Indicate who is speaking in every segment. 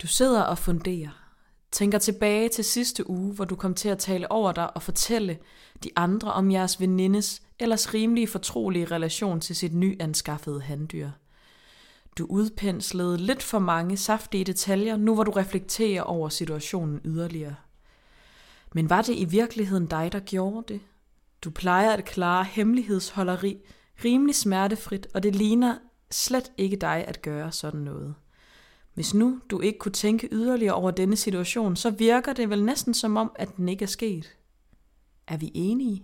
Speaker 1: Du sidder og funderer. Tænker tilbage til sidste uge, hvor du kom til at tale over dig og fortælle de andre om jeres venindes ellers rimelige fortrolige relation til sit nyanskaffede handdyr. Du udpenslede lidt for mange saftige detaljer, nu hvor du reflekterer over situationen yderligere. Men var det i virkeligheden dig, der gjorde det? Du plejer at klare hemmelighedsholderi rimelig smertefrit, og det ligner slet ikke dig at gøre sådan noget. Hvis nu du ikke kunne tænke yderligere over denne situation, så virker det vel næsten som om, at den ikke er sket. Er vi enige?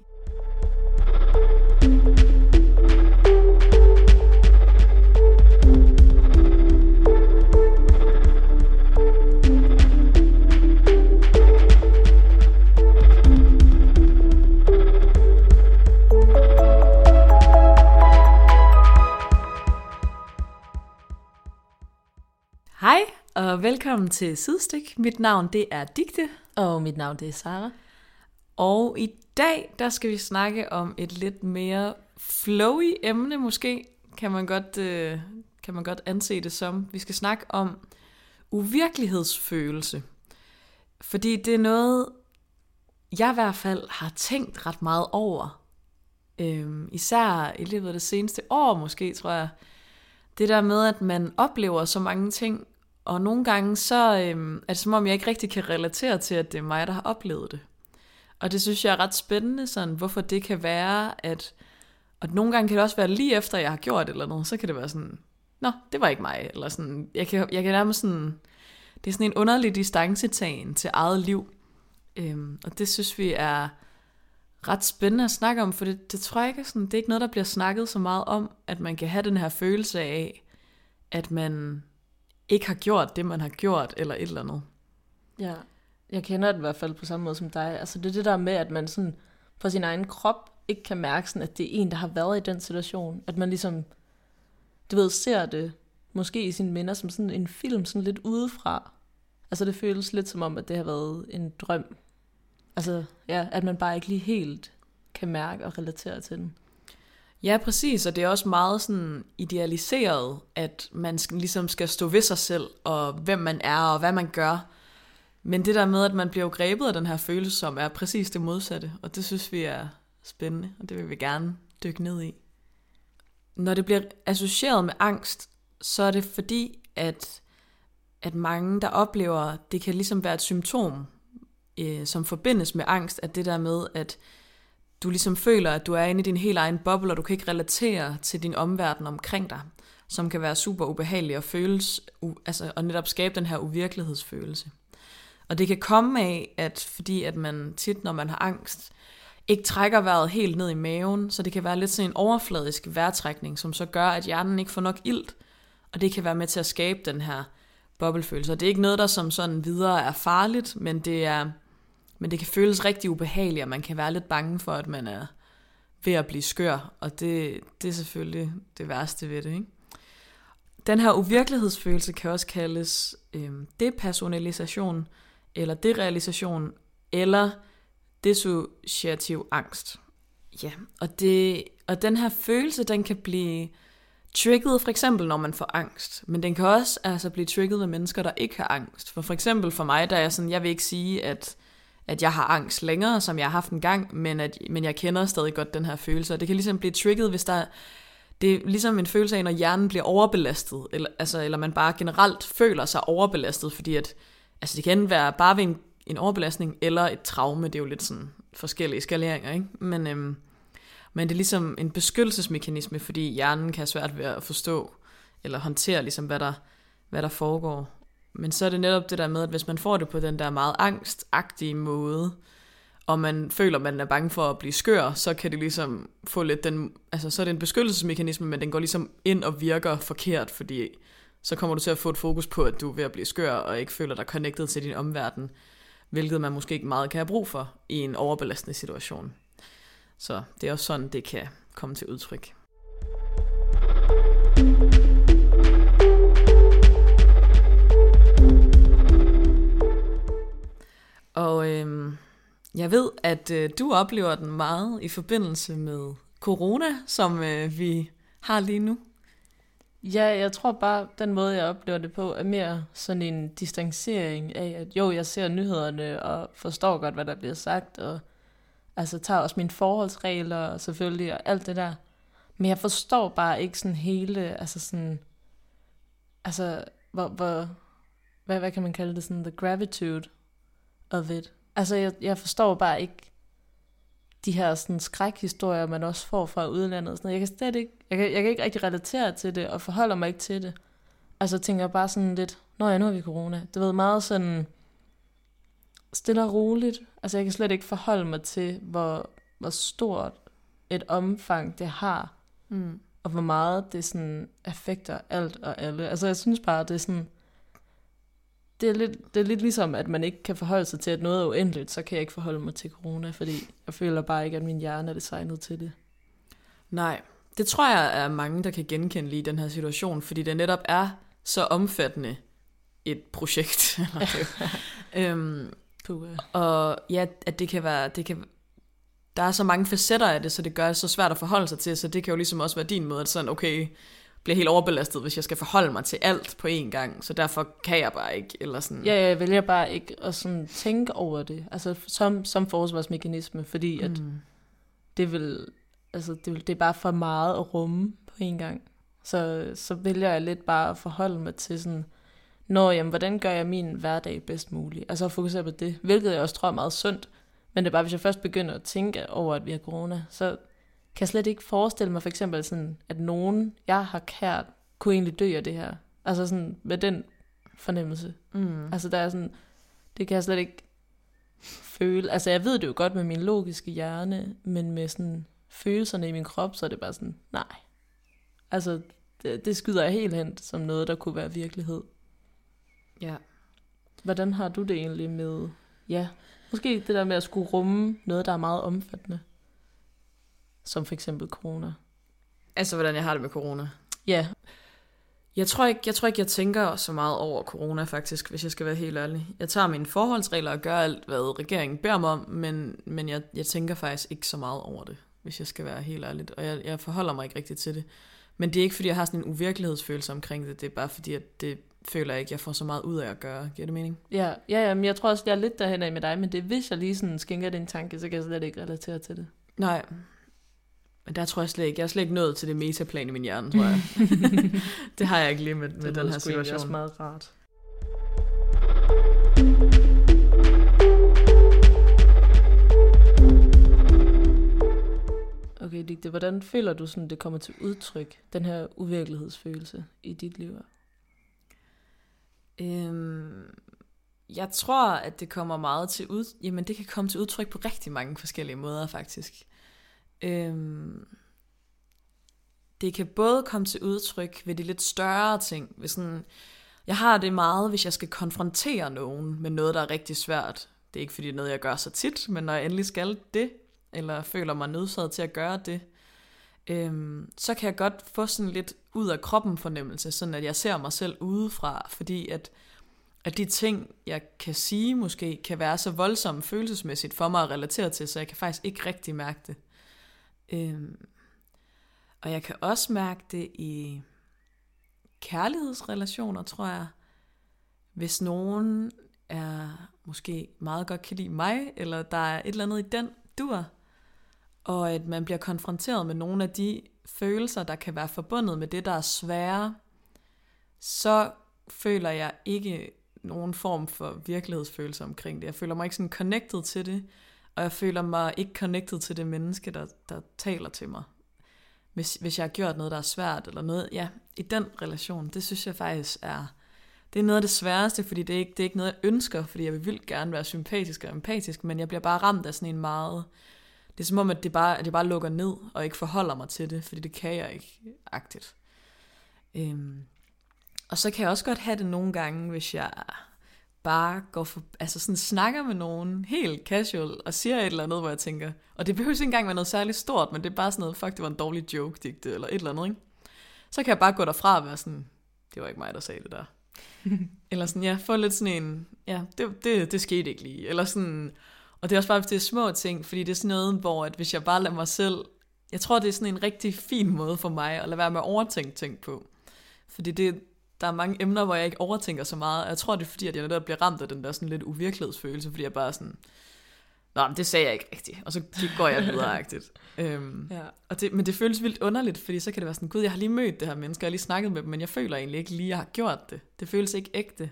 Speaker 1: Hej og velkommen til Sidestik. Mit navn det er Digte.
Speaker 2: Og mit navn det er Sara.
Speaker 1: Og i dag der skal vi snakke om et lidt mere flowy emne måske. Kan man godt anse det som. Vi skal snakke om uvirkelighedsfølelse. Fordi det er noget, jeg i hvert fald har tænkt ret meget over. Især i løbet af det seneste år måske, tror jeg. Det der med, at man oplever så mange ting, og nogle gange så er det som om, jeg ikke rigtig kan relatere til, at det er mig, der har oplevet det. Og det synes jeg er ret spændende, sådan, hvorfor det kan være, og nogle gange kan det også være lige efter, jeg har gjort et eller noget, så kan det være sådan, nå, det var ikke mig, eller sådan, jeg kan nærmest sådan, det er sådan en underlig distancetagen til eget liv, og det synes vi er ret spændende at snakke om, for det tror jeg ikke, sådan, det er ikke noget, der bliver snakket så meget om, at man kan have den her følelse af, at man ikke har gjort det, man har gjort, eller et eller andet.
Speaker 2: Ja, jeg kender det i hvert fald på samme måde som dig. Altså det er det der med, at man sådan for sin egen krop ikke kan mærke sådan, at det er en, der har været i den situation. At man ligesom, du ved, ser det måske i sine minder som sådan en film, sådan lidt udefra. Altså det føles lidt som om, at det har været en drøm. Altså ja, at man bare ikke lige helt kan mærke og relatere til den.
Speaker 1: Ja, præcis, og det er også meget sådan idealiseret, at man ligesom skal stå ved sig selv, og hvem man er, og hvad man gør. Men det der med, at man bliver grebet af den her følelse, som er præcis det modsatte, og det synes vi er spændende, og det vil vi gerne dykke ned i. Når det bliver associeret med angst, så er det fordi, at mange, der oplever, det kan ligesom være et symptom, som forbindes med angst, at det der med, at du ligesom føler, at du er inde i din helt egen boble, og du kan ikke relatere til din omverden omkring dig, som kan være super ubehagelig og føles, og netop skabe den her uvirkelighedsfølelse. Og det kan komme af, at fordi at man tit, når man har angst, ikke trækker vejret helt ned i maven, så det kan være lidt sådan en overfladisk vejrtrækning, som så gør, at hjernen ikke får nok ilt, og det kan være med til at skabe den her boblefølelse. Og det er ikke noget, der som sådan videre er farligt, men det kan føles rigtig ubehageligt, og man kan være lidt bange for, at man er ved at blive skør, og det er selvfølgelig det værste ved det, ikke? Den her uvirkelighedsfølelse kan også kaldes depersonalisation, eller derealisation, eller dissociativ angst. Ja, og den her følelse, den kan blive trigget for eksempel, når man får angst, men den kan også altså blive trigget ved mennesker, der ikke har angst. For eksempel for mig, der er sådan, jeg vil ikke sige, at jeg har angst længere, som jeg har haft en gang, men jeg kender stadig godt den her følelse, og det kan ligesom blive trigget, hvis det er ligesom en følelse af, når hjernen bliver overbelastet, eller man bare generelt føler sig overbelastet, fordi at, altså det kan være bare ved en overbelastning, eller et traume, det er jo lidt sådan forskellige skaleringer, ikke? Men det er ligesom en beskyttelsesmekanisme, fordi hjernen kan have svært ved at forstå, eller håndtere ligesom, hvad der foregår. Men så er det netop det der med, at hvis man får det på den der meget angstagtige måde, og man føler, at man er bange for at blive skør, så kan det ligesom få lidt så er det en beskyttelsesmekanisme, men den går ligesom ind og virker forkert, fordi så kommer du til at få et fokus på, at du er ved at blive skør, og ikke føler dig connected til din omverden, hvilket man måske ikke meget kan have brug for i en overbelastende situation. Så det er også sådan, det kan komme til udtryk. Og jeg ved, at du oplever den meget i forbindelse med corona, som vi har lige nu.
Speaker 2: Ja, jeg tror bare, den måde, jeg oplever det på, er mere sådan en distancering af, at jo, jeg ser nyhederne og forstår godt, hvad der bliver sagt, og altså tager også mine forholdsregler selvfølgelig, og alt det der. Men jeg forstår bare ikke sådan hele, altså sådan, altså, hvad kan man kalde det, sådan the gratitude of it. Altså, jeg forstår bare ikke de her sådan skrækhistorier, man også får fra udlandet og sådan noget. Jeg kan slet ikke, jeg kan ikke rigtig relatere til det, og forholder mig ikke til det. Altså, tænker jeg bare sådan lidt, nå ja, nu har vi corona. Det var meget sådan stille og roligt. Altså, jeg kan slet ikke forholde mig til, hvor stort et omfang det har, og hvor meget det sådan affekter alt og alle. Altså, jeg synes bare, det er sådan, det er lidt ligesom, at man ikke kan forholde sig til, at noget er uendeligt, så kan jeg ikke forholde mig til corona, fordi jeg føler bare ikke, at min hjerne er designet til det.
Speaker 1: Nej, det tror jeg er mange, der kan genkende lige i den her situation, fordi det netop er så omfattende et projekt. Og ja, at det kan være, der er så mange facetter af det, så det gør det så svært at forholde sig til, så det kan jo ligesom også være din måde, at sådan, okay, bliver helt overbelastet, hvis jeg skal forholde mig til alt på én gang, så derfor kan jeg bare ikke, eller sådan.
Speaker 2: Ja, jeg vælger bare ikke at sådan tænke over det, altså som forsvarsmekanisme, fordi at det er bare for meget at rumme på én gang. Så vælger jeg lidt bare at forholde mig til sådan, hvordan gør jeg min hverdag bedst muligt? Altså at fokusere på det, hvilket jeg også tror er meget sundt, men det er bare, hvis jeg først begynder at tænke over, at vi har corona, så kan jeg slet ikke forestille mig for eksempel sådan, at nogen, jeg har kært, kunne egentlig dø af det her. Altså sådan med den fornemmelse. Altså der er sådan, det kan jeg slet ikke føle. Altså jeg ved det jo godt med min logiske hjerne, men med sådan følelserne i min krop, så er det bare sådan, nej. Altså det skyder jeg helt hen som noget, der kunne være virkelighed.
Speaker 1: Ja.
Speaker 2: Hvordan har du det egentlig med, måske det der med at skulle rumme noget, der er meget omfattende? Som for eksempel corona.
Speaker 1: Altså, hvordan jeg har det med corona?
Speaker 2: Ja.
Speaker 1: Jeg tror ikke, jeg tænker så meget over corona, faktisk, hvis jeg skal være helt ærlig. Jeg tager mine forholdsregler og gør alt, hvad regeringen beder mig om, men jeg tænker faktisk ikke så meget over det, hvis jeg skal være helt ærlig. Og jeg forholder mig ikke rigtigt til det. Men det er ikke, fordi jeg har sådan en uvirkelighedsfølelse omkring det. Det er bare fordi, at det føler jeg ikke, jeg får så meget ud af at gøre. Giver det mening?
Speaker 2: Ja, men jeg tror også, jeg er lidt derhen af med dig, men det hvis jeg lige sådan skænker den tanke, så kan jeg slet ikke relatere til det.
Speaker 1: Nej. Men der tror jeg slet ikke. Jeg er slet ikke nået til det metaplan i min hjerne, tror jeg. Det har jeg ikke lige med den her situation. Det er
Speaker 2: også meget rart. Okay, Digte, hvordan føler du sådan, det kommer til udtryk, den her uvirkelighedsfølelse i dit liv?
Speaker 1: Jeg tror, at det kommer meget til Jamen, det kan komme til udtryk på rigtig mange forskellige måder, faktisk. Det kan både komme til udtryk ved de lidt større ting. Ved sådan, jeg har det meget, hvis jeg skal konfrontere nogen med noget, der er rigtig svært. Det er ikke fordi det er noget, jeg gør så tit, men når jeg endelig skal det, eller føler mig nødsaget til at gøre det, så kan jeg godt få sådan lidt ud af kroppen fornemmelse, sådan at jeg ser mig selv udefra, fordi at de ting, jeg kan sige måske, kan være så voldsomme følelsesmæssigt for mig at relatere til, så jeg kan faktisk ikke rigtig mærke det. Og jeg kan også mærke det i kærlighedsrelationer, tror jeg. Hvis nogen er måske meget godt kan lide mig, eller der er et eller andet i den dur, og at man bliver konfronteret med nogle af de følelser, der kan være forbundet med det, der er svære, så føler jeg ikke nogen form for virkelighedsfølelse omkring det. Jeg føler mig ikke sådan connected til det, og jeg føler mig ikke connected til det menneske, der taler til mig. Hvis jeg har gjort noget, der er svært, eller noget, i den relation, det synes jeg faktisk det er noget af det sværeste, fordi det er ikke noget, jeg ønsker, fordi jeg vil vildt gerne være sympatisk og empatisk, men jeg bliver bare ramt af sådan en meget, det er som om, at det bare lukker ned, og ikke forholder mig til det, fordi det kan jeg ikke, agtigt. Og så kan jeg også godt have det nogle gange, hvis jeg bare sådan snakker med nogen helt casual, og siger et eller andet, hvor jeg tænker, og det behøver ikke engang være noget særligt stort, men det er bare sådan noget, fuck, det var en dårlig joke, Digte, eller et eller andet, ikke? Så kan jeg bare gå derfra og være sådan, det var ikke mig, der sagde det der. Eller sådan, få lidt sådan en, det skete ikke lige, eller sådan, og det er også bare, hvis det er små ting, fordi det er sådan noget, hvor at hvis jeg bare lader mig selv, jeg tror, det er sådan en rigtig fin måde for mig, at lade være med at overtænke ting på. Fordi der er mange emner, hvor jeg ikke overtænker så meget, og jeg tror, det er fordi, at jeg netop bliver ramt af den der sådan lidt uvirkelighedsfølelse, fordi jeg bare sådan, nå, men det sagde jeg ikke rigtigt, og så går jeg videre-agtigt. Men det føles vildt underligt, fordi så kan det være sådan, gud, jeg har lige mødt det her menneske, jeg har lige snakket med dem, men jeg føler egentlig ikke lige, jeg har gjort det. Det føles ikke ægte.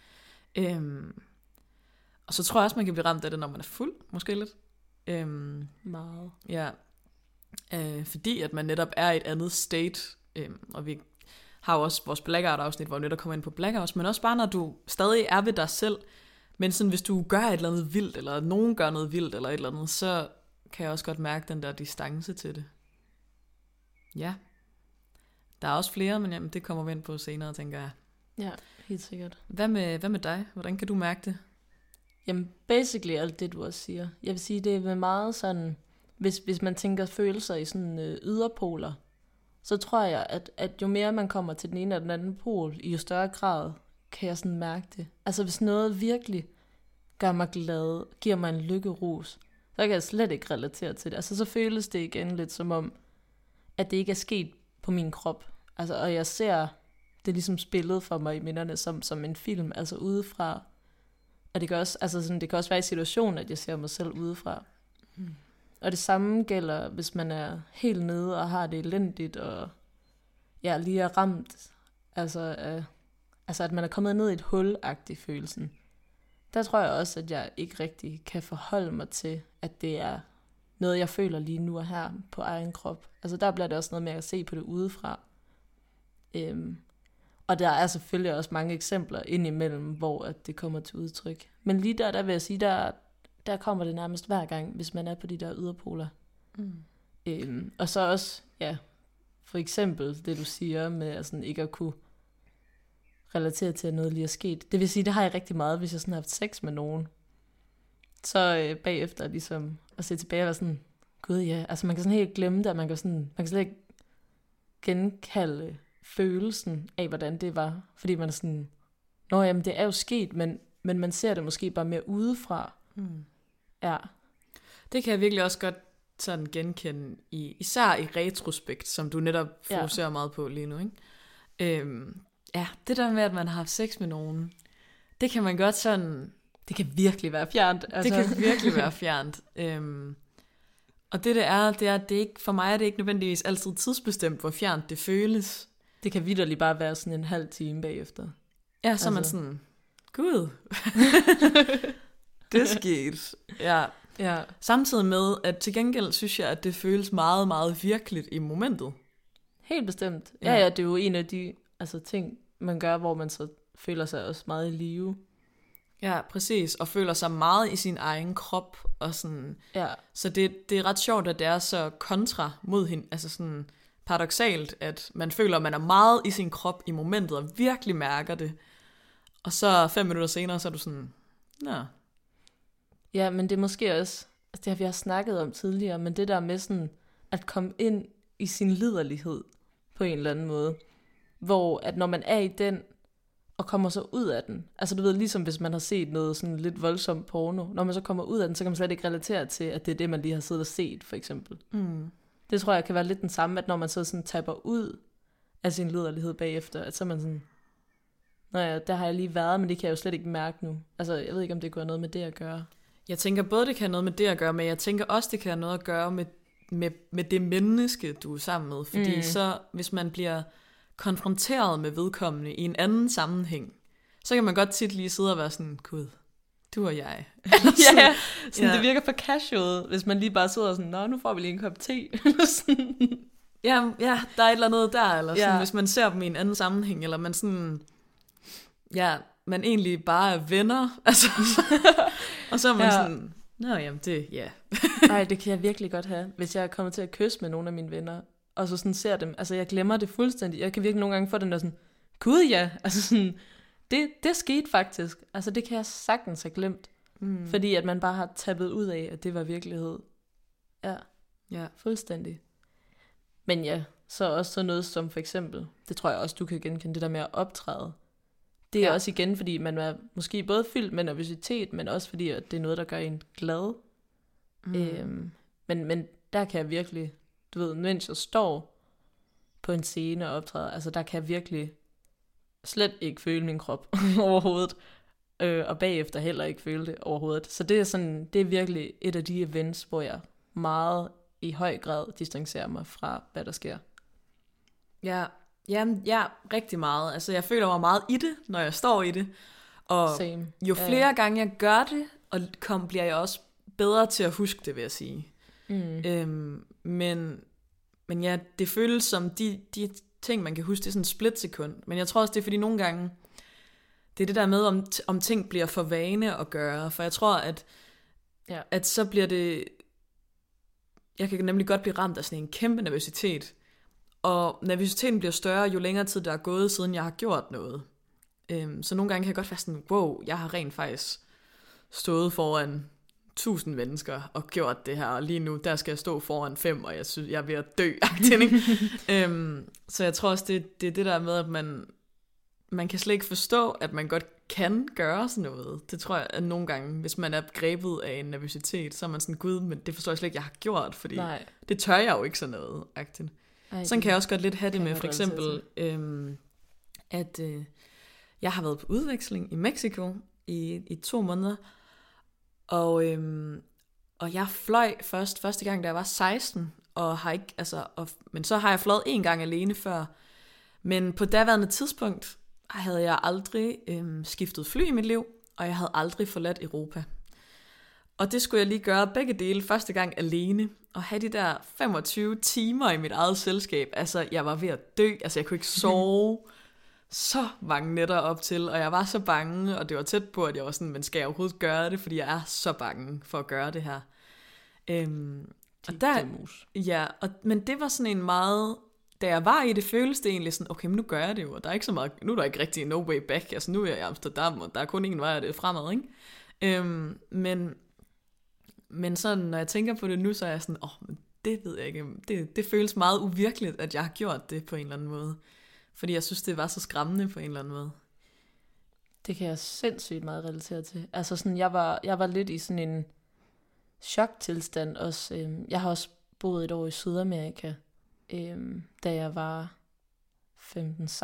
Speaker 1: Og så tror jeg også, man kan blive ramt af det, når man er fuld, måske lidt.
Speaker 2: Meget.
Speaker 1: Ja. Fordi at man netop er i et andet state, og vi har jo også vores blackout-afsnit, hvor vi netop kommer ind på blackouts, men også bare, når du stadig er ved dig selv, men sådan, hvis du gør et eller andet vildt, eller nogen gør noget vildt, eller et eller andet, så kan jeg også godt mærke den der distance til det. Ja. Der er også flere, men jamen, det kommer vi ind på senere, tænker jeg.
Speaker 2: Ja, helt sikkert.
Speaker 1: Hvad med dig? Hvordan kan du mærke det?
Speaker 2: Jamen, basically alt det, du også siger. Jeg vil sige, det er meget sådan, hvis man tænker følelser i sådan yderpoler, så tror jeg, at jo mere man kommer til den ene eller den anden pol, i jo større grad kan jeg sådan mærke det. Altså hvis noget virkelig gør mig glad, giver mig en lykkerus, så kan jeg slet ikke relatere til det. Altså så føles det igen lidt som om, at det ikke er sket på min krop. Altså, og jeg ser det ligesom spillet for mig i minderne som en film, altså udefra. Og det kan også, altså sådan, det kan også være i situationen, at jeg ser mig selv udefra. Og det samme gælder, hvis man er helt nede og har det elendigt, og ja, lige er ramt. Altså at man er kommet ned i et hul-agtig følelsen. Der tror jeg også, at jeg ikke rigtig kan forholde mig til, at det er noget, jeg føler lige nu og her på egen krop. Altså der bliver det også noget med at se på det udefra. Og der er selvfølgelig også mange eksempler indimellem, hvor at det kommer til udtryk. Men lige der vil jeg sige, der kommer det nærmest hver gang, hvis man er på de der yderpoler. Og så også, ja, for eksempel det du siger med at sådan ikke at kunne relatere til, at noget lige er sket. Det vil sige, det har jeg rigtig meget, hvis jeg sådan har haft sex med nogen. Så bagefter ligesom at se tilbage og være sådan, gud ja, altså man kan sådan helt glemme det, man kan slet ikke genkalde følelsen af, hvordan det var. Fordi man er sådan, nå jamen det er jo sket, men man ser det måske bare mere udefra. Ja. Det
Speaker 1: kan jeg virkelig også godt sådan genkende, især i retrospekt, som du netop fokuserer meget på lige nu, ikke? Ja, det der med, at man har haft sex med nogen, det kan man godt sådan...
Speaker 2: Det kan virkelig være fjernt.
Speaker 1: Altså. Det kan virkelig være fjernt. Og det er, det er ikke, for mig er det ikke nødvendigvis altid tidsbestemt, hvor fjernt det føles.
Speaker 2: Det kan vitterligt bare være sådan en halv time bagefter.
Speaker 1: Ja, så er man sådan, gud, det skete. Ja. Samtidig med, at til gengæld synes jeg, at det føles meget, meget virkeligt i momentet.
Speaker 2: Helt bestemt. Ja, det er jo en af de ting, man gør, hvor man så føler sig også meget i live.
Speaker 1: Ja, præcis. Og føler sig meget i sin egen krop. Og sådan. Ja. Så det er ret sjovt, at det er så kontra mod hende. Altså sådan paradoksalt, at man føler, at man er meget i sin krop i momentet, og virkelig mærker det. Og så 5 minutter senere, så er du sådan, nå.
Speaker 2: Ja, men det er måske også, det har vi også snakket om tidligere, men det der med sådan, at komme ind i sin liderlighed på en eller anden måde. Hvor at når man er i den, og kommer så ud af den, altså du ved, ligesom hvis man har set noget sådan lidt voldsomt porno, når man så kommer ud af den, så kan man slet ikke relatere til, at det er det, man lige har siddet og set, for eksempel. Det tror jeg kan være lidt den samme, at når man så sådan tapper ud af sin liderlighed bagefter, at så er man sådan, nå ja, der har jeg lige været, men det kan jeg jo slet ikke mærke nu. Altså, jeg ved ikke, om det kunne have noget med det at gøre.
Speaker 1: Jeg tænker både, det kan have noget med det at gøre, men jeg tænker også, det kan have noget at gøre med det menneske, du er sammen med. Fordi så, hvis man bliver konfronteret med vedkommende i en anden sammenhæng, så kan man godt tit lige sidde og være sådan, gud, du og jeg.
Speaker 2: Sådan, det virker for casual, hvis man lige bare sidder og sådan, nå, nu får vi lige en kop te.
Speaker 1: ja, der er et eller andet der, eller sådan, hvis man ser dem i en anden sammenhæng, eller man sådan, man egentlig bare er venner, altså, og så er man sådan, nå jamen det,
Speaker 2: Nej, det kan jeg virkelig godt have, hvis jeg er kommet til at kysse med nogle af mine venner, og så sådan ser dem, altså jeg glemmer det fuldstændig, jeg kan virkelig nogle gange få den der sådan, gud ja, altså sådan, det skete faktisk, altså det kan jeg sagtens have glemt, fordi at man bare har tappet ud af, at det var virkelighed. Ja, fuldstændig. Men ja, så også sådan noget som for eksempel, det tror jeg også, du kan genkende, det der med at optræde. Det er også igen, fordi man er måske både fyldt med nervøsitet, men også fordi, at det er noget, der gør en glad. Men der kan jeg virkelig, du ved, mens jeg står på en scene og optræder, altså der kan jeg virkelig slet ikke føle min krop overhovedet, og bagefter heller ikke føle det overhovedet. Så det er virkelig et af de events, hvor jeg meget i høj grad distancerer mig fra, hvad der sker.
Speaker 1: Ja, rigtig meget. Altså, jeg føler mig meget i det, når jeg står i det. Og
Speaker 2: Same.
Speaker 1: jo flere gange jeg gør det, bliver jeg også bedre til at huske det, vil jeg sige. Men ja, det føles som de ting, man kan huske, det er sådan en splitsekund. Men jeg tror også, det er fordi nogle gange, det er det der med, om ting bliver for vane at gøre. For jeg tror, at så bliver det... Jeg kan nemlig godt blive ramt af sådan en kæmpe nervøsitet. Og nervøsiteten bliver større, jo længere tid der er gået, siden jeg har gjort noget. Så nogle gange kan jeg godt være sådan, wow, jeg har rent faktisk stået foran 1000 mennesker og gjort det her, og lige nu, der skal jeg stå foran 5, og jeg synes, jeg er ved at dø. Så jeg tror også, det er det der med, at man kan slet ikke forstå, at man godt kan gøre sådan noget. Det tror jeg, at nogle gange, hvis man er grebet af en nervøsitet, så er man sådan, gud, men det forstår jeg slet ikke, jeg har gjort, fordi det tør jeg jo ikke sådan noget. Sådan kan jeg også godt lidt have det med, for eksempel, at jeg har været på udveksling i Mexico i 2 måneder, og jeg fløj første gang, da jeg var 16, og har ikke, men så har jeg fløjet 1 gang alene før. Men på daværende tidspunkt havde jeg aldrig skiftet fly i mit liv, og jeg havde aldrig forladt Europa. Og det skulle jeg lige gøre begge dele første gang alene, og have de der 25 timer i mit eget selskab. Altså, jeg var ved at dø, altså jeg kunne ikke sove så mange nætter op til, og jeg var så bange, og det var tæt på, at jeg var sådan, men skal jeg overhovedet gøre det, fordi jeg er så bange for at gøre det her. Men det var sådan en meget, da jeg var i det, føles det egentlig sådan, okay, men nu gør jeg det jo, og der er ikke så meget, nu er der ikke rigtig no way back, altså nu er jeg i Amsterdam, og der er kun én vej, og det er fremad, ikke? Men sådan, når jeg tænker på det nu, så er jeg sådan, men det ved jeg ikke, det føles meget uvirkeligt, at jeg har gjort det på en eller anden måde. Fordi jeg synes, det var så skræmmende på en eller anden måde.
Speaker 2: Det kan jeg sindssygt meget relatere til. Altså sådan, jeg var lidt i sådan en choktilstand også. Jeg har også boet et år i Sydamerika, da jeg var 16-17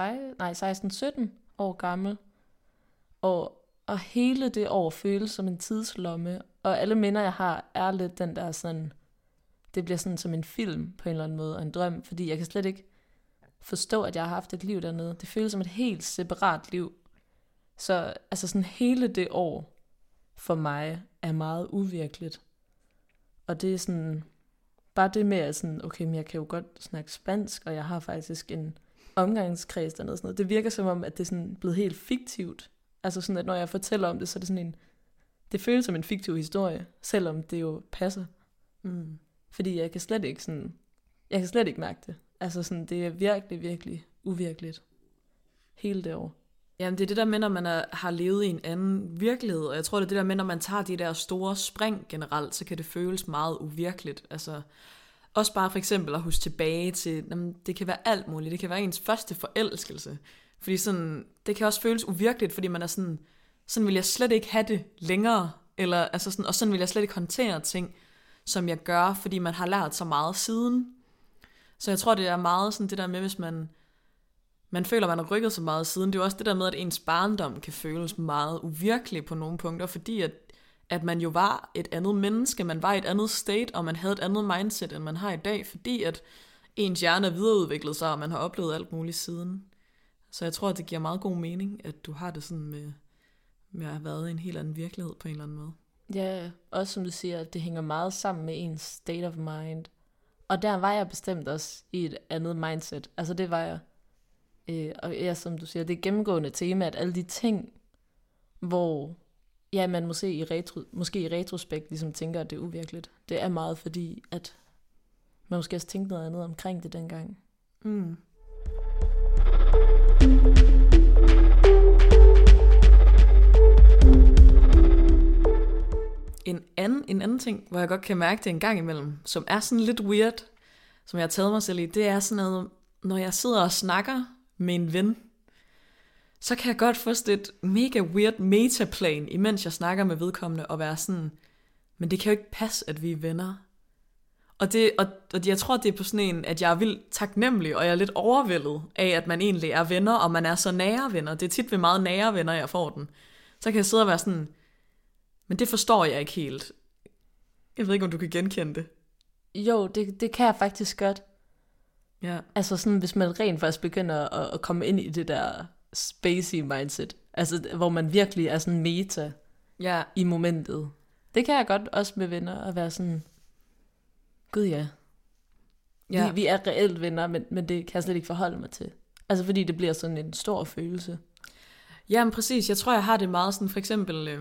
Speaker 2: år gammel. Og hele det år føles som en tidslomme. Og alle minder, jeg har, er lidt den der sådan... Det bliver sådan som en film på en eller anden måde, og en drøm. Fordi jeg kan slet ikke forstå, at jeg har haft et liv dernede. Det føles som et helt separat liv. Så altså sådan hele det år for mig er meget uvirkeligt. Og det er sådan... Bare det med, at sådan, okay, men jeg kan jo godt snakke spansk, og jeg har faktisk en omgangskreds dernede. Sådan noget. Det virker som om, at det er sådan blevet helt fiktivt. Altså sådan, at når jeg fortæller om det, så er det sådan en... Det føles som en fiktiv historie, selvom det jo passer. Fordi jeg kan slet ikke mærke det. Altså sådan, det er virkelig, virkelig uvirkeligt. Hele det år.
Speaker 1: Jamen det er det der med, når man har levet i en anden virkelighed, og jeg tror det er det der med, når man tager de der store spring generelt, så kan det føles meget uvirkeligt. Altså også bare for eksempel at huske tilbage til, jamen, det kan være alt muligt, det kan være ens første forelskelse. Fordi sådan, det kan også føles uvirkeligt, fordi man er sådan vil jeg slet ikke have det længere, eller altså sådan, og sådan vil jeg slet ikke håndtere ting, som jeg gør, fordi man har lært så meget siden. Så jeg tror det er meget sådan det der med, hvis man føler, man har rykket så meget siden. Det er jo også det der med, at ens barndom kan føles meget uvirkelig på nogle punkter, fordi at man jo var et andet menneske, man var i et andet state, og man havde et andet mindset, end man har i dag, fordi at ens hjerne er videreudviklet sig, og man har oplevet alt muligt siden. Så jeg tror, at det giver meget god mening, at du har det sådan med at have været i en helt anden virkelighed på en eller anden måde.
Speaker 2: Ja, også som du siger, at det hænger meget sammen med ens state of mind. Og der var jeg bestemt også i et andet mindset. Altså det var jeg. Og ja, som du siger, det er gennemgående tema, at alle de ting, hvor ja, man måske i retrospekt ligesom tænker, at det er uvirkeligt. Det er meget fordi, at man måske også tænkte noget andet omkring det dengang.
Speaker 1: En anden ting, hvor jeg godt kan mærke det en gang imellem, som er sådan lidt weird, som jeg har taget mig selv i, det er sådan noget, når jeg sidder og snakker med en ven, så kan jeg godt få sådan et mega weird metaplan, imens jeg snakker med vedkommende, og være sådan, men det kan jo ikke passe, at vi er venner. Og jeg tror, det er på sådan en, at jeg er vildt taknemmelig, og jeg er lidt overvældet af, at man egentlig er venner, og man er så nære venner. Det er tit ved meget nære venner, jeg får den. Så kan jeg sidde og være sådan, men det forstår jeg ikke helt. Jeg ved ikke, om du kan genkende det.
Speaker 2: Jo, det kan jeg faktisk godt.
Speaker 1: Ja.
Speaker 2: Altså sådan, hvis man rent faktisk begynder at komme ind i det der spacey mindset, altså hvor man virkelig er sådan meta i momentet. Det kan jeg godt også med venner, at være sådan, gud ja. Vi er reelt venner, men det kan jeg slet ikke forholde mig til. Altså fordi det bliver sådan en stor følelse.
Speaker 1: Jamen præcis, jeg tror, jeg har det meget sådan, for eksempel,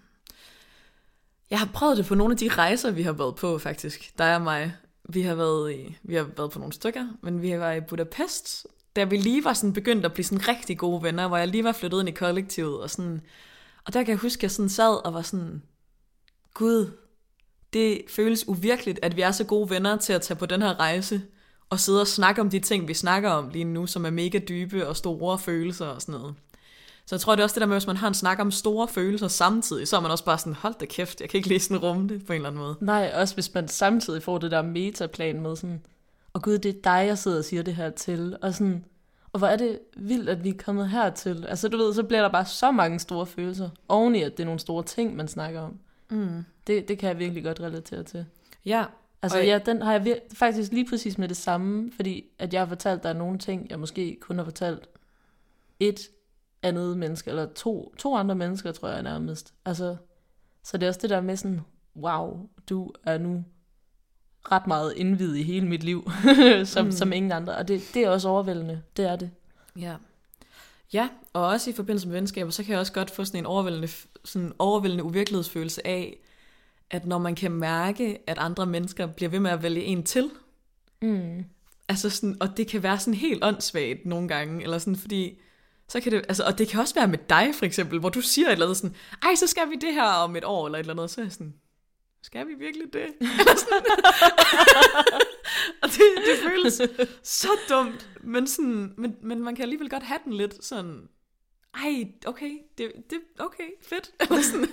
Speaker 1: jeg har prøvet det på nogle af de rejser, vi har været på faktisk, dig og mig. Vi har været på nogle stykker, men vi var i Budapest, da vi lige var sådan begyndt at blive sådan rigtig gode venner, hvor jeg lige var flyttet ind i kollektivet, og sådan, og der kan jeg huske, at jeg sådan sad og var sådan, gud, det føles uvirkeligt, at vi er så gode venner til at tage på den her rejse, og sidde og snakke om de ting, vi snakker om lige nu, som er mega dybe og store følelser og sådan noget. Så jeg tror, det er også det der med, hvis man har en snak om store følelser samtidig, så er man også bare sådan, hold da kæft, jeg kan ikke lige sådan rumme det på en eller anden måde.
Speaker 2: Nej, også hvis man samtidig får det der metaplan med sådan, og gud, det er dig, jeg sidder og siger det her til, og sådan, og hvor er det vildt, at vi er kommet hertil. Altså du ved, så bliver der bare så mange store følelser, oveni at det er nogle store ting, man snakker om. Det kan jeg virkelig godt relatere til.
Speaker 1: Ja.
Speaker 2: Altså den har jeg faktisk lige præcis med det samme, fordi at jeg har fortalt dig nogle ting, jeg måske kun har fortalt et andet menneske, eller to andre mennesker, tror jeg nærmest. Altså, så det er også det der med sådan, wow, du er nu ret meget indviet i hele mit liv, som ingen andre. Og det er også overvældende, det er det.
Speaker 1: Ja, og også i forbindelse med venskaber, så kan jeg også godt få sådan en overvældende uvirkelighedsfølelse af, at når man kan mærke, at andre mennesker bliver ved med at vælge en til, altså sådan, og det kan være sådan helt åndssvagt nogle gange, eller sådan, fordi så kan det, altså, og det kan også være med dig for eksempel, hvor du siger et eller andet sådan, ej, så skal vi det her om et år, eller et eller andet, så er jeg sådan, skal vi virkelig det? Eller sådan. Og det føles så dumt, men, sådan, men man kan alligevel godt have den lidt sådan, ej, okay, det okay, fedt. Eller sådan.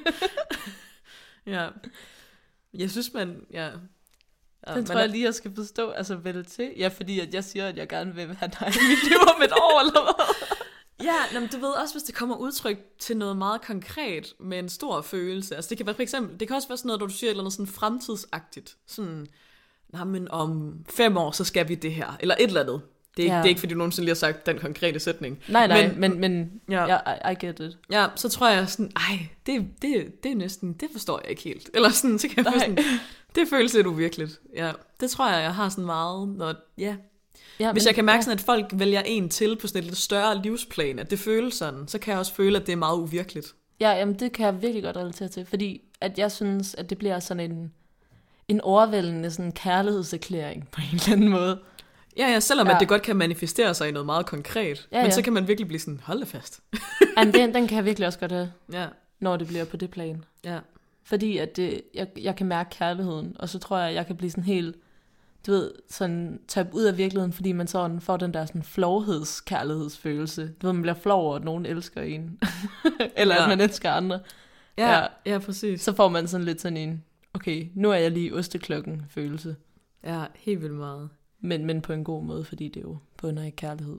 Speaker 1: Ja. Jeg synes,
Speaker 2: den tror jeg lige, jeg skal forstå, altså vel til. Ja, fordi at jeg siger, at jeg gerne vil have dig i mit liv om et år, eller hvad?
Speaker 1: Ja, men du ved også, hvis det kommer udtryk til noget meget konkret med en stor følelse. Altså det kan være for eksempel, det kan også være sådan noget, hvor du siger et eller andet sådan fremtidsagtigt. Sådan, nej, men om 5 år, så skal vi det her. Eller et eller andet. Det er ikke, fordi du nogensinde lige har sagt den konkrete sætning.
Speaker 2: Nej, men I get it.
Speaker 1: Ja, så tror jeg sådan, ej, det er næsten, det forstår jeg ikke helt. Eller sådan, så kan jeg få sådan, det føles lidt uvirkeligt. Ja, det tror jeg har sådan meget, når, hvis jeg kan mærke sådan, at folk vælger en til på sådan et lidt større livsplan, at det føles sådan, så kan jeg også føle, at det er meget uvirkeligt.
Speaker 2: Ja, jamen det kan jeg virkelig godt relatere til, fordi at jeg synes, at det bliver sådan en overvældende sådan kærlighedserklæring på en eller anden måde.
Speaker 1: Ja, selvom at det godt kan manifestere sig i noget meget konkret, men så kan man virkelig blive sådan, hold da fast.
Speaker 2: Jamen, den kan jeg virkelig også godt have, når det bliver på det plan.
Speaker 1: Ja.
Speaker 2: Fordi at jeg kan mærke kærligheden, og så tror jeg kan blive sådan helt, du ved, sådan tabt ud af virkeligheden, fordi man sådan får den der sådan flovhedskærlighedsfølelse. Du ved, man bliver flov over, at nogen elsker en. Eller at man elsker andre.
Speaker 1: Ja, præcis.
Speaker 2: Så får man sådan lidt sådan en, okay, nu er jeg lige osteklokken følelse.
Speaker 1: Ja, helt vildt meget.
Speaker 2: Men på en god måde, fordi det jo bunder i kærlighed.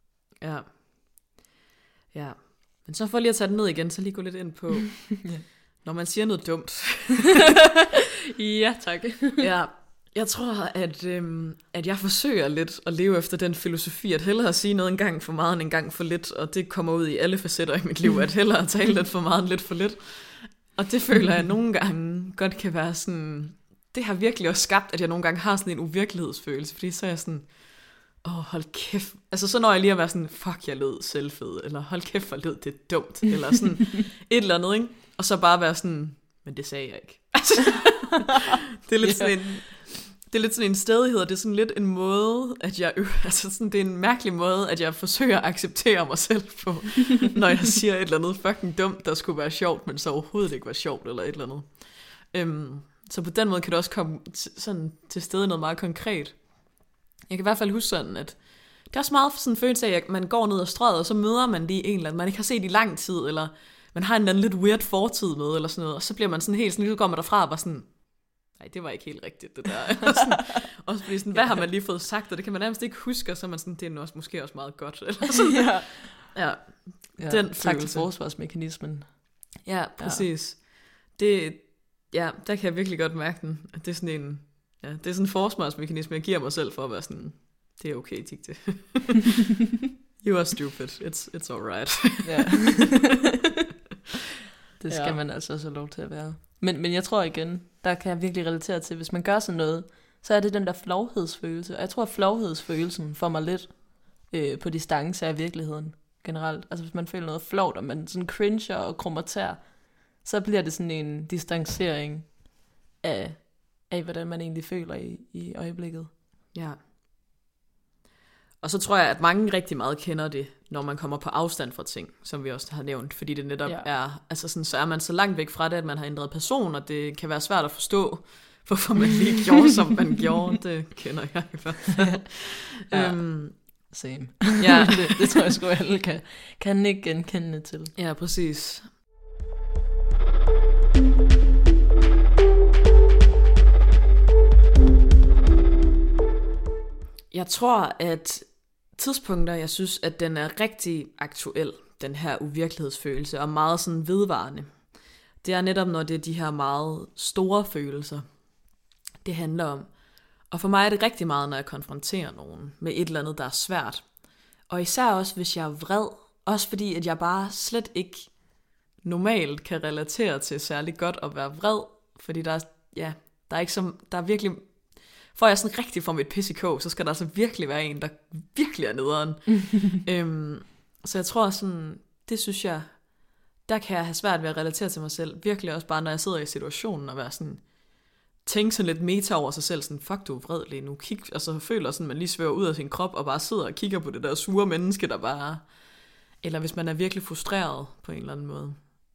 Speaker 1: Ja. Men så for lige at tage den ned igen, så lige gå lidt ind på, når man siger noget dumt.
Speaker 2: Ja, tak.
Speaker 1: Ja, jeg tror, at jeg forsøger lidt at leve efter den filosofi, at hellere sige noget en gang for meget end en gang for lidt, og det kommer ud i alle facetter i mit liv, at hellere tale lidt for meget end lidt for lidt. Og det føler jeg nogle gange godt kan være sådan, det har virkelig også skabt, at jeg nogle gange har sådan en uvirkelighedsfølelse, fordi så er jeg sådan, hold kæft, altså så når jeg lige at være sådan, fuck, jeg lød selvfed, eller hold kæft, hvor lød det dumt, eller sådan et eller andet, ikke? Og så bare være sådan, men det sagde jeg ikke. Altså, det er lidt sådan en, det er lidt sådan en stædighed, og det er sådan lidt en måde, at jeg, altså sådan, det er en mærkelig måde, at jeg forsøger at acceptere mig selv på, når jeg siger et eller andet fucking dumt, der skulle være sjovt, men så overhovedet ikke var sjovt, eller et eller andet. Så på den måde kan det også komme sådan til stede noget meget konkret. Jeg kan i hvert fald huske sådan, at det er også meget sådan en følelse af, at man går ned ad strøget, og så møder man lige en eller anden, man ikke har set i lang tid, eller man har en eller anden lidt weird fortid med, eller sådan noget, og så bliver man sådan helt sådan, så går man derfra og bare sådan, nej, det var ikke helt rigtigt, det der. Sådan, også fordi sådan, hvad har man lige fået sagt, og det kan man nærmest ikke huske, og så er man sådan, det er nu også, måske også meget godt. Eller sådan. Ja, den
Speaker 2: tak til
Speaker 1: følelse.
Speaker 2: forsvarsmekanismen.
Speaker 1: Ja, præcis. Det, ja, der kan jeg virkelig godt mærke den. At det er sådan en, ja, det er sådan en forsvarsmekanisme, jeg giver mig selv for at være sådan, det er okay, Digte. You are stupid. It's alright.
Speaker 2: Ja. Det skal man altså også have lov til at være. Men jeg tror igen, der kan jeg virkelig relatere til, hvis man gør sådan noget, så er det den der flovhedsfølelse. Og jeg tror, at flovhedsfølelsen får mig lidt på distance af virkeligheden generelt. Altså hvis man føler noget flovt, og man sådan cringer og krummer tær, så bliver det sådan en distancering af hvordan man egentlig føler i øjeblikket.
Speaker 1: Ja. Og så tror jeg, at mange rigtig meget kender det, når man kommer på afstand fra ting, som vi også har nævnt, fordi det netop er, altså sådan, så er man så langt væk fra det, at man har ændret person, og det kan være svært at forstå, hvorfor man lige gjorde, som man gjorde. Det kender jeg i hvert fald.
Speaker 2: Same. Ja. det tror jeg sgu alle kan ikke genkende til.
Speaker 1: Ja, præcis. Jeg tror, at tidspunkter, jeg synes, at den er rigtig aktuel, den her uvirkelighedsfølelse, og meget sådan vedvarende. Det er netop, når det er de her meget store følelser, det handler om. Og for mig er det rigtig meget, når jeg konfronterer nogen med et eller andet, der er svært. Og især også, hvis jeg er vred. Også fordi, at jeg bare slet ikke normalt kan relatere til særlig godt at være vred. Fordi der er ikke som, der er virkelig... For jeg sådan rigtig får mit pis i kog, så skal der altså virkelig være en, der virkelig er nederen. Så jeg tror sådan, det synes jeg, der kan jeg have svært ved at relatere til mig selv. Virkelig også bare, når jeg sidder i situationen og være sådan, tænke sådan lidt meta over sig selv, sådan, fuck, du er vred lige nu. Kig, og så føler sådan, man lige svæver ud af sin krop og bare sidder og kigger på det der sure menneske, der bare... Eller hvis man er virkelig frustreret på en eller anden måde.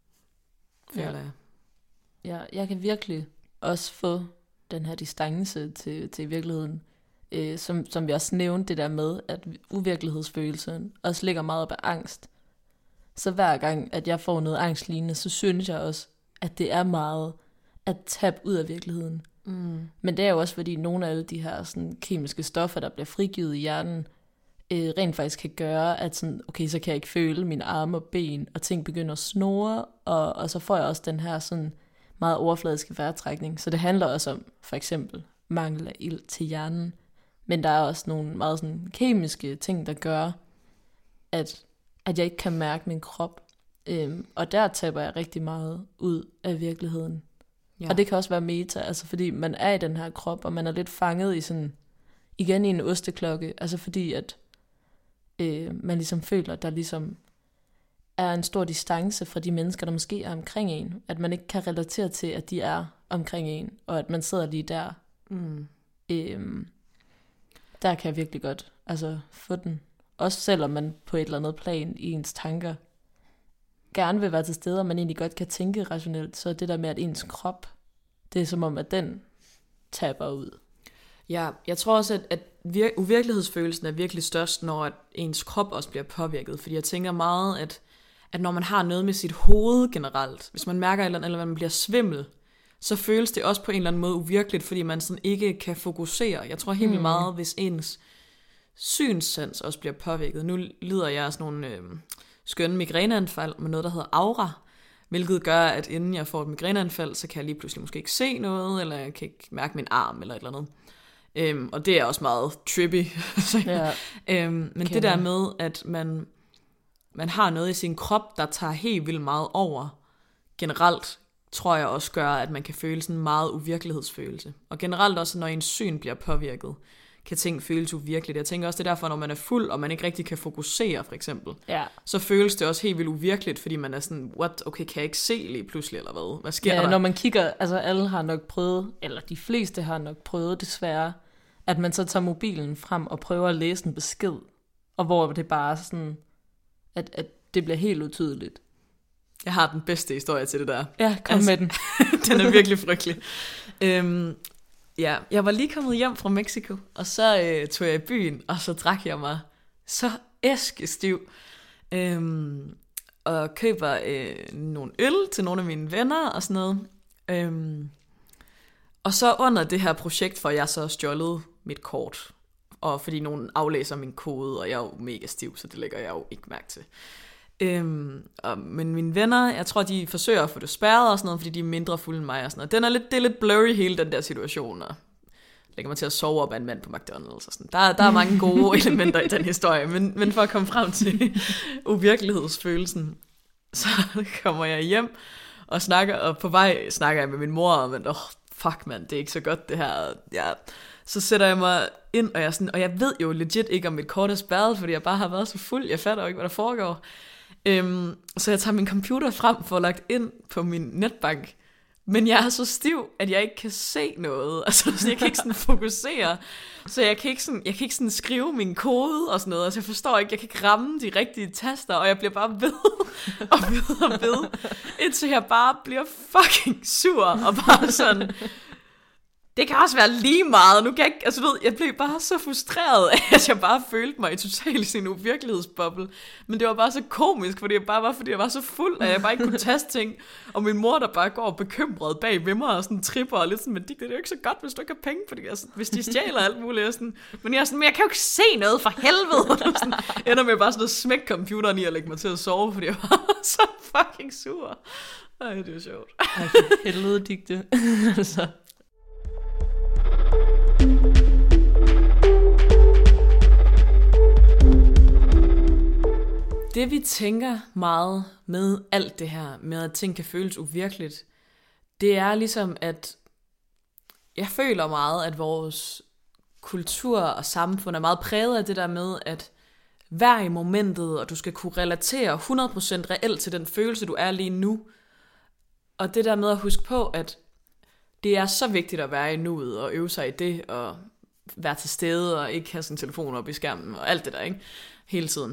Speaker 2: Ja, jeg kan virkelig også få den her distance til virkeligheden, som vi også nævnte, det der med, at uvirkelighedsfølelsen også ligger meget op af angst. Så hver gang, at jeg får noget angstlignende, så synes jeg også, at det er meget at tabe ud af virkeligheden. Men det er jo også, fordi nogle af alle de her sådan, kemiske stoffer, der bliver frigivet i hjernen, rent faktisk kan gøre, at sådan, okay, så kan jeg ikke føle mine arme og ben, og ting begynder at snurre, og så får jeg også den her sådan meget overfladiske vejrtrækning. Så det handler også om, for eksempel, mangel af ilt til hjernen. Men der er også nogle meget sådan kemiske ting, der gør, at jeg ikke kan mærke min krop. Og der taber jeg rigtig meget ud af virkeligheden. Ja. Og det kan også være meta, altså fordi man er i den her krop, og man er lidt fanget i sådan, igen i en osteklokke, altså fordi at man ligesom føler, at der ligesom er en stor distance fra de mennesker, der måske er omkring en. At man ikke kan relatere til, at de er omkring en, og at man sidder lige der. Der kan jeg virkelig godt få den. Også selvom man på et eller andet plan i ens tanker gerne vil være til stede, og man egentlig godt kan tænke rationelt, så det der med, at ens krop, det er som om, at den taber ud.
Speaker 1: Ja, jeg tror også, at uvirkelighedsfølelsen er virkelig størst, når at ens krop også bliver påvirket. Fordi jeg tænker meget, at når man har noget med sit hoved generelt, hvis man mærker et eller andet, eller man bliver svimmel, så føles det også på en eller anden måde uvirkeligt, fordi man sådan ikke kan fokusere. Jeg tror helt vildt meget, hvis ens synssans også bliver påvirket. Nu lider jeg af sådan nogle skønne migræneanfald med noget, der hedder aura, hvilket gør, at inden jeg får et migræneanfald, så kan jeg lige pludselig måske ikke se noget, eller jeg kan ikke mærke min arm, eller et eller andet. Og det er også meget trippy. Men det der med, at man har noget i sin krop, der tager helt vildt meget over, generelt, tror jeg også gør, at man kan føle sådan en meget uvirkelighedsfølelse. Og generelt også, når ens syn bliver påvirket, kan ting føles uvirkeligt. Jeg tænker også, det er derfor, når man er fuld, og man ikke rigtig kan fokusere, for eksempel, så føles det også helt vildt uvirkeligt, fordi man er sådan, what, okay, kan jeg ikke se lige pludselig, eller hvad? Hvad sker der?
Speaker 2: Når man kigger, alle har nok prøvet, eller de fleste har nok prøvet, desværre, at man så tager mobilen frem og prøver at læse en besked, og hvor det bare sådan, at det bliver helt utydeligt.
Speaker 1: Jeg har den bedste historie til det der.
Speaker 2: Ja, kom med den.
Speaker 1: Den er virkelig frygtelig. Jeg var lige kommet hjem fra Mexico, og så tog jeg i byen, og så drak jeg mig så æskestiv, og køber nogle øl til nogle af mine venner og sådan noget. Og så under det her projekt får jeg så stjålet mit kort, og fordi nogen aflæser min kode, og jeg er jo mega stiv, så det lægger jeg jo ikke mærke til. Men mine venner, jeg tror, de forsøger at få det spærret og sådan noget, fordi de er mindre fulde end mig og sådan noget. Det er lidt blurry, hele den der situation, og lægger mig til at sove op af en mand på McDonald's og sådan. Der er mange gode elementer i den historie, men for at komme frem til uvirkelighedsfølelsen, så kommer jeg hjem og på vej snakker jeg med min mor, men fuck mand, det er ikke så godt det her. Så sætter jeg mig ind, og jeg ved jo legit ikke, om mit kort er spærret, fordi jeg bare har været så fuld, jeg fatter jo ikke, hvad der foregår. Så jeg tager min computer frem for at lagt ind på min netbank, men jeg er så stiv, at jeg ikke kan se noget. Altså, jeg kan ikke sådan fokusere. Så jeg kan ikke sådan skrive min kode og sådan noget. Altså, jeg forstår ikke, jeg kan ikke ramme de rigtige taster, og jeg bliver bare ved og ved, indtil jeg bare bliver fucking sur, og bare sådan, det kan også være lige meget. Nu kan jeg ikke, altså jeg blev bare så frustreret, at jeg bare følte mig totalt i sin uvirkelighedsboble. Men det var bare så komisk, fordi jeg var så fuld, at jeg bare ikke kunne taste ting. Og min mor, der bare går bekymret bag ved mig og sådan tripper og lidt sådan, men det er jo ikke så godt, hvis du ikke har penge, fordi altså, hvis de stjæler alt muligt. Men jeg kan jo ikke se noget for helvede. Sådan, ender med bare sådan at smække computeren i og lægge mig til at sove, fordi jeg var så fucking sur. Ej, det er sjovt.
Speaker 2: Ej, for helvede, Digte. Altså.
Speaker 1: Det vi tænker meget med alt det her, med at ting kan føles uvirkeligt, det er ligesom, at jeg føler meget, at vores kultur og samfund er meget præget af det der med, at vær i momentet, og du skal kunne relatere 100% reelt til den følelse, du er lige nu. Og det der med at huske på, at det er så vigtigt at være i nuet og øve sig i det, og være til stede og ikke have sin telefon op i skærmen og alt det der, ikke? Hele tiden.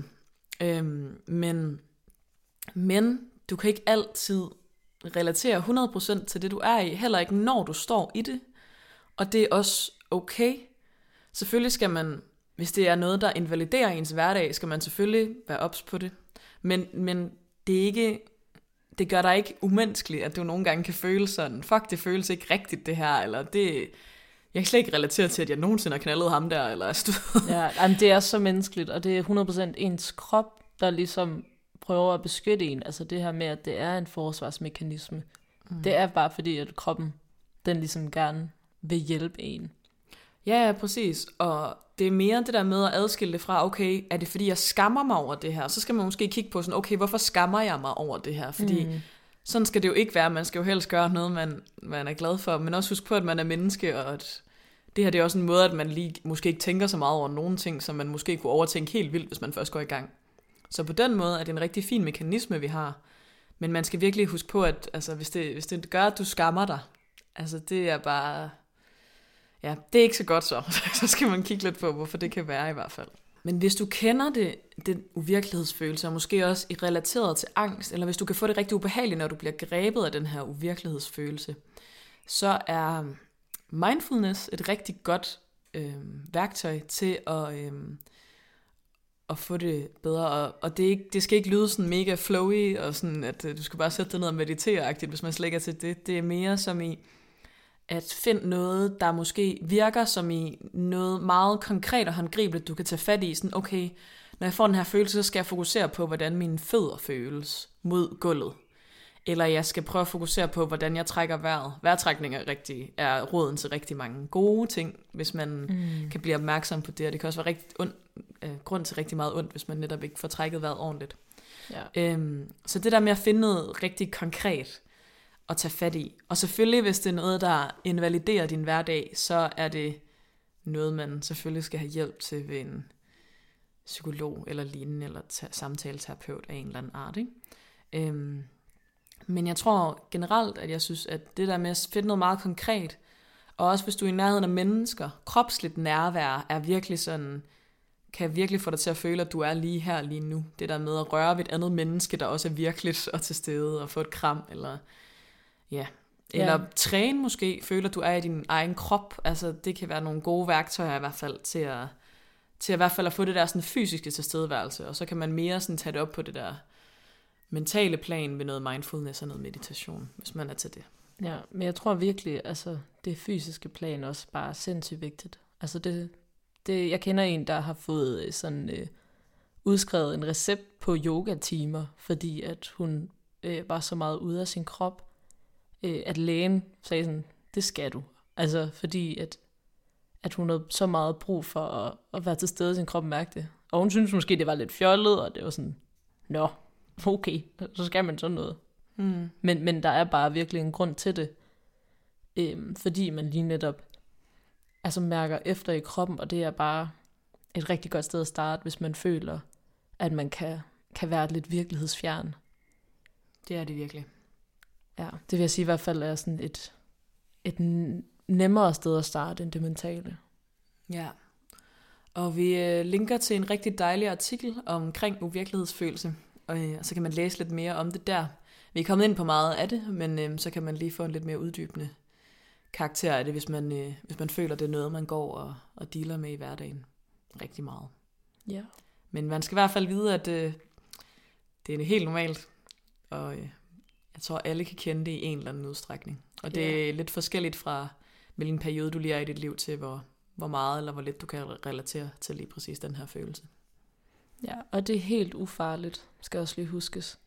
Speaker 1: Men du kan ikke altid relatere 100% til det, du er i, heller ikke når du står i det. Og det er også okay. Selvfølgelig skal man, hvis det er noget, der invaliderer ens hverdag, skal man selvfølgelig være ops på det. Men det er ikke... Det gør dig ikke umenneskeligt, at du nogle gange kan føle sådan, fuck, det føles ikke rigtigt det her, eller det, jeg kan slet ikke relatere til, at jeg nogensinde har knaldet ham der, eller
Speaker 2: Ja, det er så menneskeligt, og det er 100% ens krop, der ligesom prøver at beskytte en, altså det her med, at det er en forsvarsmekanisme. Det er bare fordi, at kroppen, den ligesom gerne vil hjælpe en.
Speaker 1: Ja, præcis, og det er mere det der med at adskille det fra, okay, er det fordi jeg skammer mig over det her? Så skal man måske kigge på sådan, okay, hvorfor skammer jeg mig over det her? Fordi sådan skal det jo ikke være, man skal jo helst gøre noget, man er glad for, men også huske på, at man er menneske, og at det her det er også en måde, at man lige måske ikke tænker så meget over nogle ting, som man måske kunne overtænke helt vildt, hvis man først går i gang. Så på den måde er det en rigtig fin mekanisme, vi har. Men man skal virkelig huske på, at altså, hvis det gør, at du skammer dig, altså det er bare... Ja, det er ikke så godt så. Så skal man kigge lidt på, hvorfor det kan være i hvert fald. Men hvis du kender den uvirkelighedsfølelse, og måske også i relateret til angst, eller hvis du kan få det rigtig ubehageligt, når du bliver grebet af den her uvirkelighedsfølelse, så er mindfulness et rigtig godt værktøj til at få det bedre. Og det skal ikke lyde sådan mega flowy, og sådan, at du skal bare sætte dig ned og meditere-agtigt, hvis man slækker til det. Det er mere som i at finde noget, der måske virker som i noget meget konkret og håndgribeligt, du kan tage fat i. Sådan, okay, når jeg får den her følelse, så skal jeg fokusere på, hvordan mine fødder føles mod gulvet. Eller jeg skal prøve at fokusere på, hvordan jeg trækker vejret. Vejrtrækning er roden til rigtig mange gode ting, hvis man kan blive opmærksom på det. Og det kan også være grund til rigtig meget ondt, hvis man netop ikke får trækket vejret ordentligt. Ja. Så det der med at finde noget rigtig konkret, at tage fat i. Og selvfølgelig, hvis det er noget, der invaliderer din hverdag, så er det noget, man selvfølgelig skal have hjælp til ved en psykolog eller lignende, eller samtaleterapeut af en eller anden art. Ikke? Men jeg tror generelt, at jeg synes, at det der med at finde noget meget konkret, og også hvis du er i nærheden af mennesker, kropsligt nærvær er virkelig sådan, kan virkelig få dig til at føle, at du er lige her, lige nu. Det der med at røre ved et andet menneske, der også er virkeligt og til stede, og få et kram, eller træne måske, føler du er i din egen krop. Altså det kan være nogle gode værktøjer i hvert fald til i hvert fald at få det der sådan fysiske tilstedeværelse, og så kan man mere sådan tage det op på det der mentale plan med noget mindfulness og noget meditation, hvis man er til det.
Speaker 2: Ja, men jeg tror virkelig, altså det fysiske plan også bare er sindssygt vigtigt. Altså jeg kender en, der har fået sådan udskrevet en recept på yogatimer, fordi at hun var så meget ude af sin krop, at lægen sagde sådan, det skal du. Altså fordi at hun havde så meget brug for at være til stede i sin krop og mærke det. Og hun synes måske, det var lidt fjollet, og det var sådan, nå, okay, så skal man sådan noget.
Speaker 1: Mm.
Speaker 2: Men der er bare virkelig en grund til det, fordi man lige netop altså mærker efter i kroppen, og det er bare et rigtig godt sted at starte, hvis man føler, at man kan være lidt virkelighedsfjern.
Speaker 1: Det er det virkelig.
Speaker 2: Ja, det vil jeg sige i hvert fald er sådan et nemmere sted at starte end det mentale.
Speaker 1: Ja, og vi linker til en rigtig dejlig artikel omkring uvirkelighedsfølelse, og så kan man læse lidt mere om det der. Vi er kommet ind på meget af det, men så kan man lige få en lidt mere uddybende karakter af det, hvis man føler, det er noget, man går og dealer med i hverdagen rigtig meget.
Speaker 2: Ja.
Speaker 1: Men man skal i hvert fald vide, at det er helt normalt, og jeg tror, alle kan kende det i en eller anden udstrækning. Og det er lidt forskelligt fra, hvilken periode du lige er i dit liv til, hvor meget eller hvor lidt du kan relatere til lige præcis den her følelse.
Speaker 2: Ja, og det er helt ufarligt, skal også lige huskes.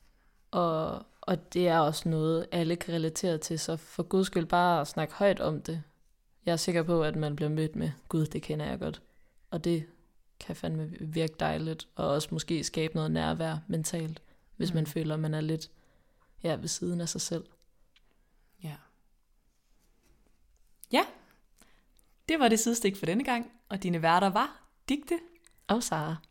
Speaker 2: Og det er også noget, alle kan relatere til, så for guds skyld bare at snakke højt om det. Jeg er sikker på, at man bliver mødt med, Gud, det kender jeg godt. Og det kan fandme virke dejligt, og også måske skabe noget nærvær mentalt, hvis man føler, at man er lidt ved siden af sig selv.
Speaker 1: Ja. Ja, det var det sidestik for denne gang, og dine værter var Digte
Speaker 2: Og Sara.